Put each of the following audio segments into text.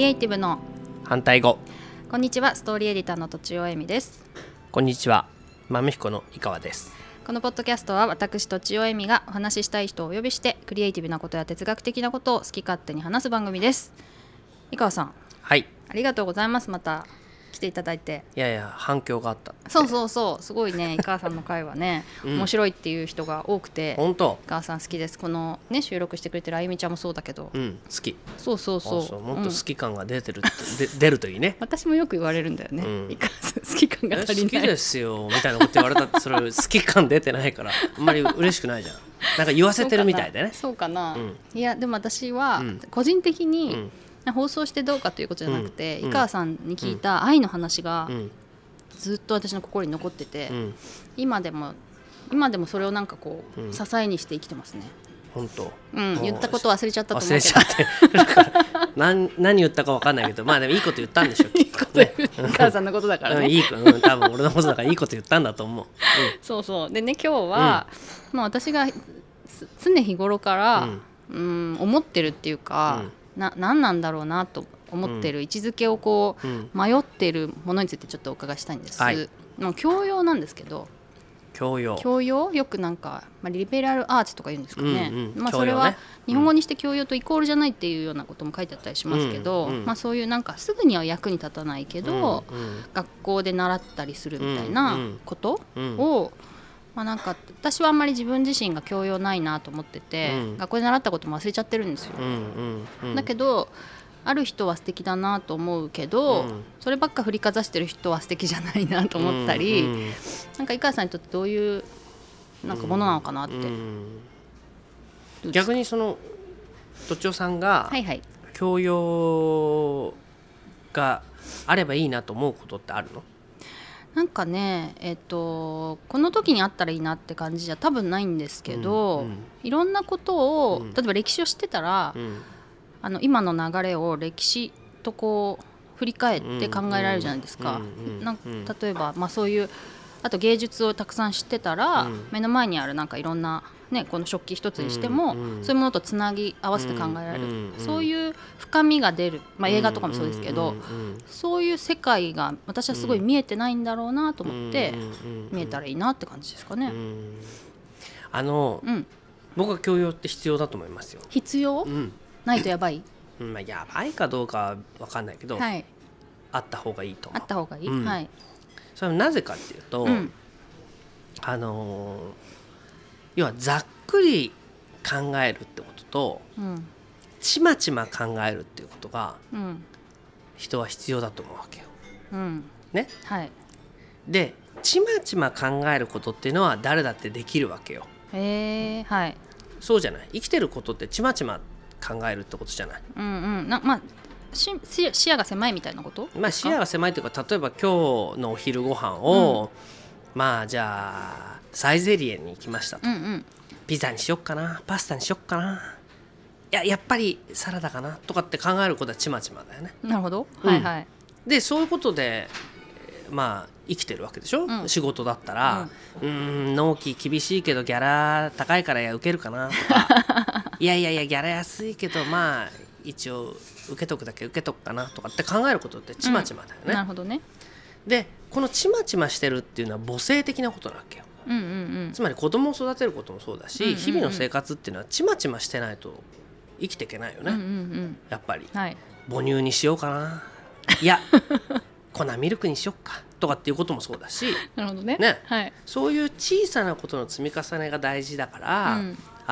リエイティブの反対語。 こんにちは、ストーリーエディターのとちおえみです。 こんにちは、豆彦の井川です。 このポッドキャストは私とちおえみがお話ししたい人をお呼びしてクリエイティブなことや哲学的なことを好き勝手に話す番組です。井川さん、 はい、 ありがとうございます。また来ていただいて。 いやいや反響があったって。 そうすごいね、井川さんの回はね、面白いっていう人が多くて、 本当井川さん好きです。このね、収録してくれてるあゆみちゃんもそうだけど、 好き。 そうもっと好き感が出てるって、出るといいね。 私もよく言われるんだよね、井川さん好き感が足りない、 好きですよみたいなこと言われたってそれ好き感出てないからあんまり嬉しくないじゃん。なんか言わせてるみたいでね。 そうかな、いやでも私は個人的に、放送してどうかということじゃなくて、井川さんに聞いた愛の話がずっと私の心に残ってて、今でもそれをなんかこう、支えにして生きてますね。 本当、 言ったこと忘れちゃったと思うけど、 忘れちゃって何言ったか分かんないけど、まあでもいいこと言ったんでしょ。 いいこと言う、井川さんのことだからね。 多分俺のことだからいいこと言ったんだと思う。 そうでね、今日は、私が常日頃から、思ってるっていうか、何なんだろうなと思ってる位置づけをこう、迷ってるものについてちょっとお伺いしたいんです。もう教養なんですけど、教養よくなんか、リベラルアーツとか言うんですかね。それは日本語にして教養とイコールじゃないっていうようなことも書いてあったりしますけど、そういうなんかすぐには役に立たないけど、学校で習ったりするみたいなことを、なんか私はあんまり自分自身が教養ないなと思ってて、学校で習ったことも忘れちゃってるんですよ。だけどある人は素敵だなと思うけど、そればっか振りかざしてる人は素敵じゃないなと思ったり、なんか井川さんにとってどういうなんかものなのかなって。 逆にそのとちおさんが教養があればいいなと思うことってあるの？ なんかね、この時にあったらいいなって感じじゃ多分ないんですけど、いろんなことを、例えば歴史を知ってたら、今の流れを歴史とこう振り返って考えられるじゃないですか。例えば、そういうあと芸術をたくさん知ってたら、目の前にあるなんかいろんな、この食器一つにしても、そういうものとつなぎ合わせて考えられる、そういう深みが出る、映画とかもそうですけど、そういう世界が私はすごい見えてないんだろうなと思って、見えたらいいなって感じですかね。 僕は教養って必要だと思いますよ。 必要？ないとやばい？ やばいかどうかは分かんないけど、あった方がいいと思う。 あった方がいい、 それはなぜかっていうと、要はざっくり考えるってことと、ちまちま考えるっていうことが、人は必要だと思うわけよ。ね、でちまちま考えることっていうのは誰だってできるわけよ。そうじゃない？生きてることってちまちま考えるってことじゃない？ 視野が狭いみたいなこと？ 視野が狭いというか、例えば今日のお昼ご飯を、じゃあサイゼリエに行きましたと、ピザにしよっかな、パスタにしよっかな、やっぱりサラダかなとかって考えることはちまちまだよね。 なるほど、 でそういうことで生きてるわけでしょ、仕事だったら、納期厳しいけどギャラ高いから受けるかなとかいやギャラ安いけど一応受けとくだけ受けとくかなとかって考えることってちまちまだよね。 なるほどね。 でこのちまちましてるっていうのは母性的なことなわけよ。つまり子供を育てることもそうだし、日々の生活っていうのはちまちましてないと生きていけないよね、やっぱり、母乳にしようかな、いや粉ミルクにしよっかとかっていうこともそうだしなるほどね、 そういう小さなことの積み重ねが大事だから、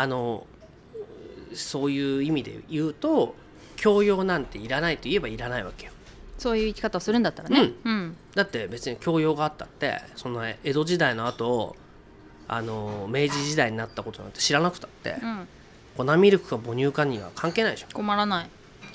そういう意味で言うと教養なんていらないと言えばいらないわけよ。 そういう生き方をするんだったらね、 だって別に教養があったってその江戸時代の後明治時代になったことなんて知らなくたって、粉ミルクか母乳かには関係ないでしょ。困らない、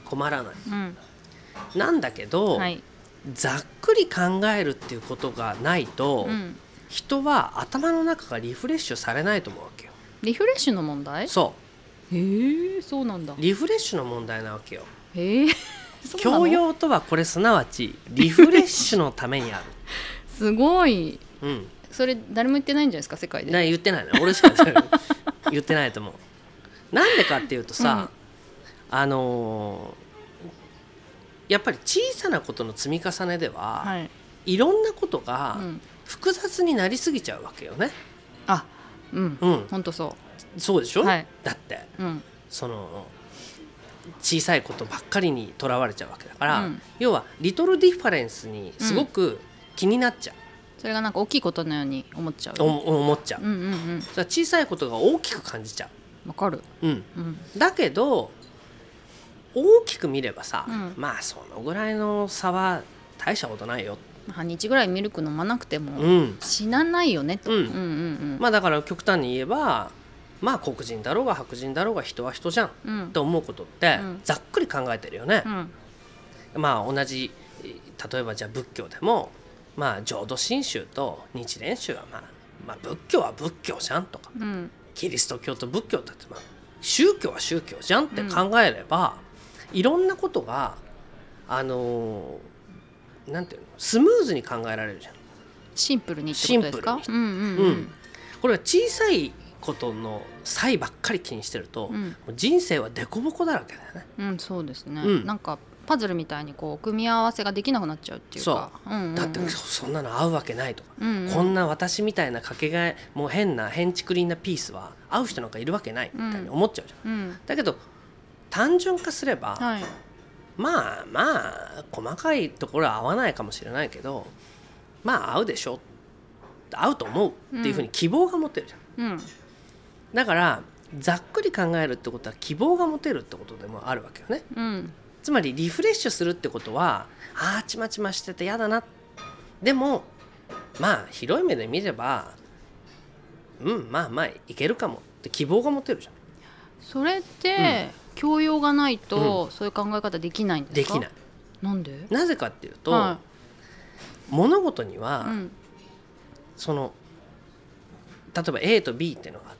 なんだけど、ざっくり考えるっていうことがないと、人は頭の中がリフレッシュされないと思うわけよ。 リフレッシュの問題？そうなんだ。 リフレッシュの問題なわけよ。 教養とはこれすなわちリフレッシュのためにあるすごい、それ誰も言ってないんじゃないですか、世界で。 言ってないの、俺しか言ってないと思う。なんでかっていうとさ、 やっぱり小さなことの積み重ねでは、 はい、 いろんなことが複雑になりすぎちゃうわけよね。 あ、うん、うん、本当そうでしょ、 はい、 だって、 うん、 その小さいことばっかりにとらわれちゃうわけだから、要はリトルディファレンスにすごく気になっちゃう、 それがなんか大きいことのように思っちゃう、 思っちゃう、 うんうんうん、 小さいことが大きく感じちゃう。わかる、 だけど大きく見ればさ、まあそのぐらいの差は大したことないよ、 半日ぐらいミルク飲まなくても死なないよねと、 まあだから極端に言えば、まあ黒人だろうが白人だろうが人は人じゃん、と思うことってざっくり考えてるよね、まあ同じ例えばじゃあ仏教でも、まあ浄土真宗と日蓮宗は、まあ仏教は仏教じゃんとか、キリスト教と仏教だって、まあ宗教は宗教じゃんって考えれば、いろんなことがなんていうの、スムーズに考えられるじゃん。 シンプルにってことですか？ これは小さいことの差異ばっかり気にしてると、もう人生はデコボコだらけだよね。 そうですね、なんかパズルみたいにこう組み合わせができなくなっちゃうっていうか、 だってそんなの合うわけないとか、こんな私みたいなかけがえもう変な変ちくりんなピースは合う人なんかいるわけないみたいに思っちゃうじゃん、だけど単純化すれば、まあ細かいところは合わないかもしれないけど、まあ合うでしょ、合うと思うっていうふうに希望が持てるじゃん、だからざっくり考えるってことは希望が持てるってことでもあるわけよね、つまりリフレッシュするってことは、ちまちましてて嫌だな、でもまあ広い目で見ればまあいけるかもって希望が持てるじゃん。 それって、教養がないと、そういう考え方できないんですか？ できない。 なんで？ なぜかっていうと、物事には、その例えば A と B っていうのがあって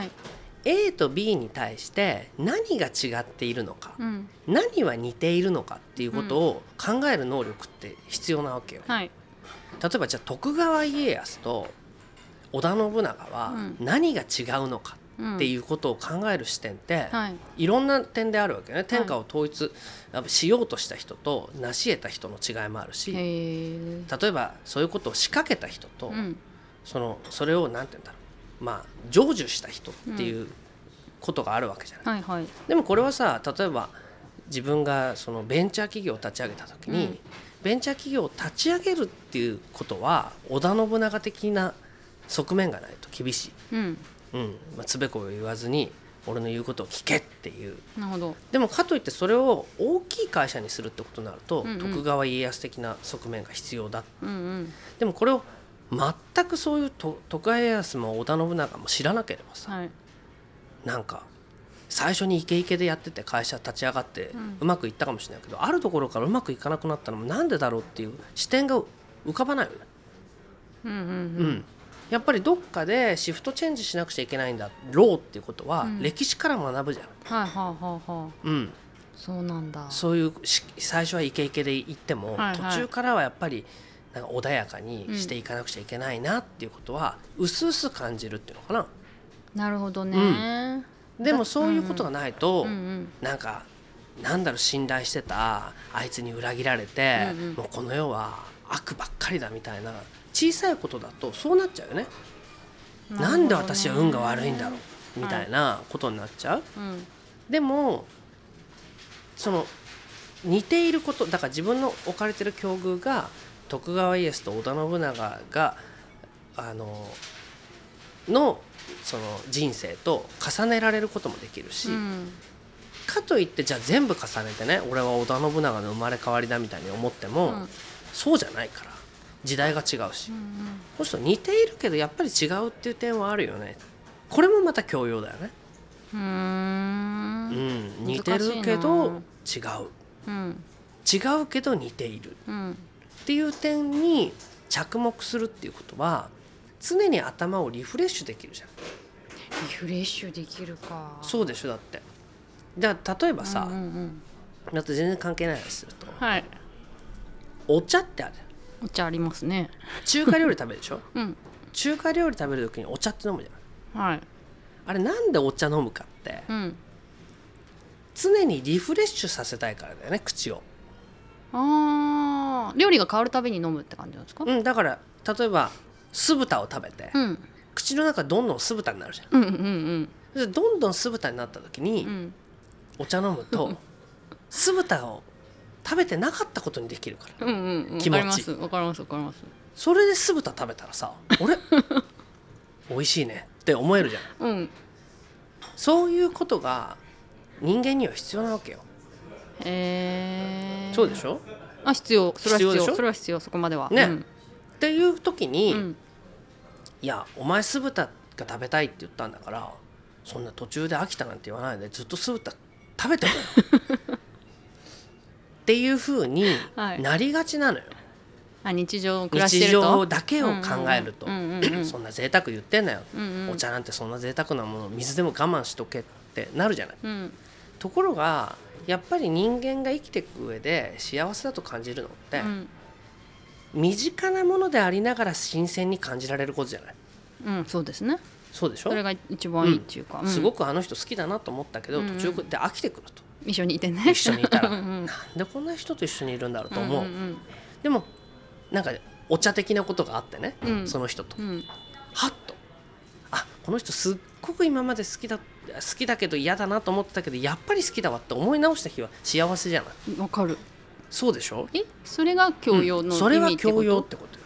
、A と B に対して何が違っているのか、何は似ているのかっていうことを考える能力って必要なわけよ、例えばじゃあ徳川家康と織田信長は何が違うのかっていうことを考える視点って、いろんな点であるわけよね。天下を統一しようとした人と成し得た人の違いもあるし、例えばそういうことを仕掛けた人と、それをなんて言うんだろう、まあ成就した人っていうことがあるわけじゃない、でもこれはさ、例えば自分がそのベンチャー企業を立ち上げた時に、ベンチャー企業を立ち上げるっていうことは織田信長的な側面がないと厳しい、つべこべ言わずに俺の言うことを聞けっていう。 なるほど。 でもかといってそれを大きい会社にするってことになると、徳川家康的な側面が必要だ、でもこれを全くそういう徳川家康も織田信長も知らなければさ、なんか最初にイケイケでやってて会社立ち上がってうまくいったかもしれないけど、あるところからうまくいかなくなったのもなんでだろうっていう視点が浮かばないよね。やっぱりどっかでシフトチェンジしなくちゃいけないんだろうっていうことは、歴史から学ぶじゃん。そうなんだ。そういう最初はイケイケで行っても、途中からはやっぱりなんか穏やかにしていかなくちゃいけないなっていうことは薄々感じるっていうのかな。 なるほどね、 でもそういうことがないと、なんかなんだろう、信頼してたあいつに裏切られて、もうこの世は悪ばっかりだみたいな小さいことだとそうなっちゃうよね。なんで私は運が悪いんだろうみたいなことになっちゃう、でもその似ていることだから、自分の置かれてる境遇が徳川家康と織田信長がその人生と重ねられることもできるし、かといってじゃあ全部重ねてね、俺は織田信長の生まれ変わりだみたいに思っても、そうじゃないから、時代が違うし、そうすると似ているけどやっぱり違うっていう点はあるよね。これもまた教養だよね。似てるけど違う、違うけど似ている、っていう点に着目するっていうことは常に頭をリフレッシュできるじゃん。 リフレッシュできるか。 そうでしょ。だって例えばさ、だって全然関係ない話すると、お茶ってある。 お茶ありますね。 中華料理食べるでしょ、中華料理食べる時にお茶って飲むじゃん、あれなんでお茶飲むかって、常にリフレッシュさせたいからだよね、口を。 あ料理が変わるたびに飲むって感じなんですか？ だから例えば酢豚を食べて、口の中どんどん酢豚になるじゃん。どんどん酢豚になった時に、お茶飲むと酢豚を食べてなかったことにできるから、気持ちわかりますそれで酢豚食べたらさ俺美味しいねって思えるじゃん、そういうことが人間には必要なわけよ。そうでしょ？ 必要。それは必要。それは必要。そこまではね、っていう時に、いやお前酢豚が食べたいって言ったんだからそんな途中で飽きたなんて言わないでずっと酢豚食べてるよっていう風になりがちなのよ、 日常暮らしてると日常だけを考えると、そんな贅沢言ってんなよ、お茶なんてそんな贅沢なもの水でも我慢しとけってなるじゃない、ところがやっぱり人間が生きていく上で幸せだと感じるのって、身近なものでありながら新鮮に感じられることじゃない。 そうですね。 そうでしょ。 それが一番いいっていうか、 すごくあの人好きだなと思ったけど、途中で飽きてくると、 一緒にいてね、 一緒にいたらなんでこんな人と一緒にいるんだろうと思う、でもなんかお茶的なことがあってね、その人と、はっとこの人すっごく今まで好きだけど嫌だなと思ってたけどやっぱり好きだわって思い直した日は幸せじゃない。 わかる。 そうでしょ。 それが教養の意味ってこと？ それは教養ってことよ。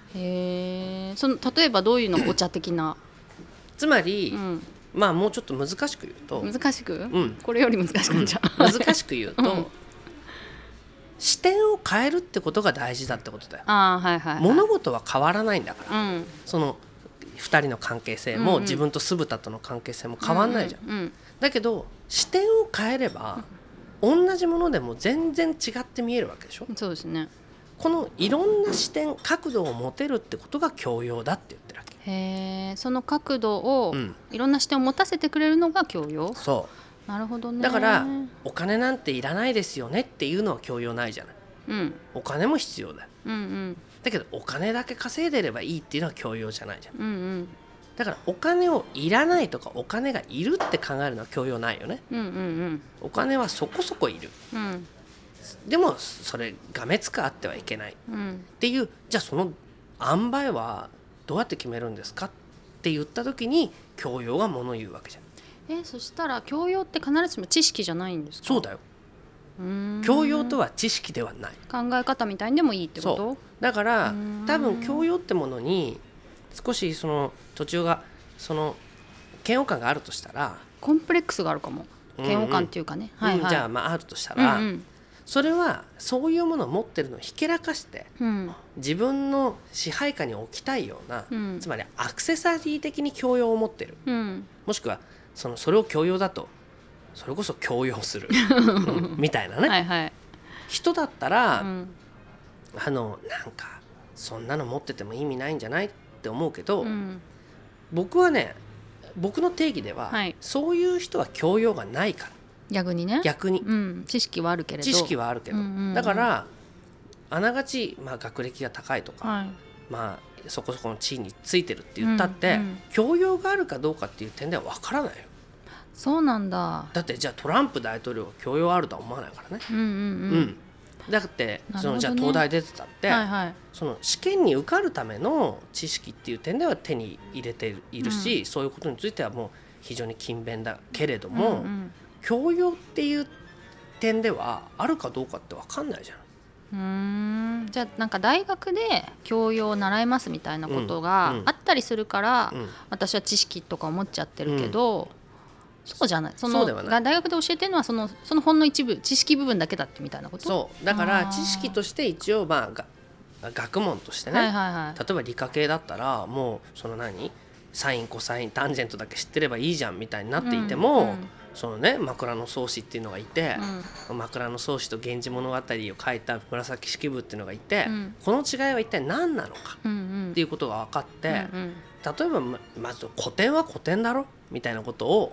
例えばどういうのお茶的なつまり、もうちょっと難しく言うと難しく、これより難しくなっちゃう、 難しく言うと、視点を変えるってことが大事だってことだよ。物事は変わらないんだから、その2人の関係性も、自分と酢豚との関係性も変わんないじゃん、だけど視点を変えれば、同じものでも全然違って見えるわけでしょ。 そうですね。 このいろんな視点角度を持てるってことが教養だって言ってるわけ。 その角度を、いろんな視点を持たせてくれるのが教養。 そう。 なるほどね。 だからお金なんていらないですよねっていうのは教養ないじゃない、お金も必要だよ、だけどお金だけ稼いでればいいっていうのは教養じゃないじゃん、だからお金をいらないとかお金がいるって考えるのは教養ないよね、お金はそこそこいる、でもそれがめつくあってはいけない、っていう、じゃあその塩梅はどうやって決めるんですかって言った時に教養が物言うわけじゃん。 そしたら教養って必ずしも知識じゃないんですか？ そうだよ。教養とは知識ではない、 考え方みたいにでもいいってこと？ そうだから多分教養ってものに少しその途中がその嫌悪感があるとしたら、 コンプレックスがあるかも、嫌悪感っていうかね、 じゃああるとしたら、それはそういうものを持ってるのをひけらかして、自分の支配下に置きたいような、つまりアクセサリー的に教養を持ってる、もしくはそれを教養だとそれこそ強要するみたいなね、人だったら、なんかそんなの持ってても意味ないんじゃないって思うけど、僕はね、僕の定義では、そういう人は教養がないから。逆にね、 知識はあるけれど、 だからあながち、学歴が高いとか、そこそこの地位についてるって言ったって、教養があるかどうかっていう点では分からないよ。 そうなんだ。 だってじゃあトランプ大統領は教養あるとは思わないからね。だってじゃあ東大出てたって、その試験に受かるための知識っていう点では手に入れているし、そういうことについてはもう非常に勤勉だけれども、教養っていう点ではあるかどうかって分かんないじゃん。 じゃあなんか大学で教養を習いますみたいなことがあったりするから、私は知識とか思っちゃってるけど、そうじゃない。大学で教えてるのはそのほんの一部、知識部分だけだってみたいなこと。 そうだから知識として一応学問としてね、例えば理科系だったらもうサインコサインタンジェントだけ知ってればいいじゃんみたいになっていても、枕草子っていうのがいて、枕草子と源氏物語を書いた紫式部っていうのがいて、この違いは一体何なのかっていうことが分かって、例えばまず古典は古典だろみたいなことを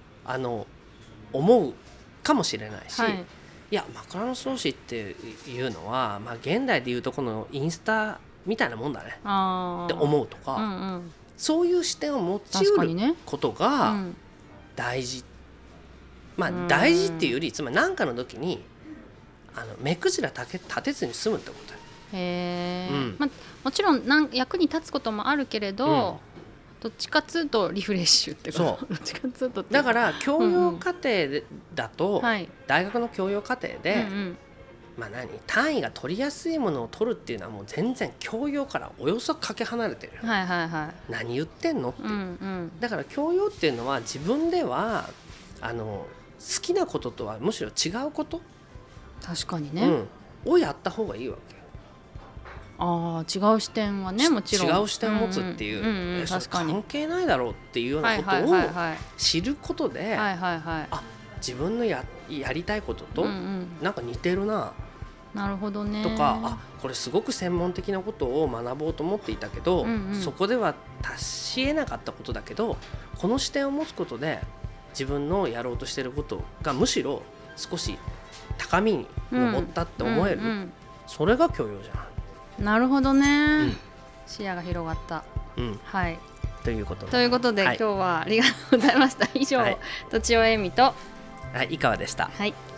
思うかもしれないし、いや枕草子っていうのは、現代でいうとこのインスタみたいなもんだねって思うとか、そういう視点を持ちうることが大事、大事っていうより、つまり何かの時に目くじら立てずに済むってことだよ。 もちろん役に立つこともあるけれど、どっちかっつうとリフレッシュってこと。そうどっちかっつうとだから教養課程だと、大学の教養課程で、単位が取りやすいものを取るっていうのはもう全然教養からおよそかけ離れてるよ、何言ってんのって、だから教養っていうのは自分では好きなこととはむしろ違うこと、 確かにね、 をやった方がいいわけよ。 違う視点はね、もちろん違う視点を持つっていう、確かに関係ないだろうっていうようなことを知ることで、自分の やりたいこととなんか似てるな、 なるほどね、 とか、これすごく専門的なことを学ぼうと思っていたけど、そこでは達し得なかったことだけど、この視点を持つことで自分のやろうとしていることがむしろ少し高みに上ったって思える、それが教養じゃない。 なるほどね、視野が広がった、 ということで、今日はありがとうございました。以上、とちおえみと井川でした。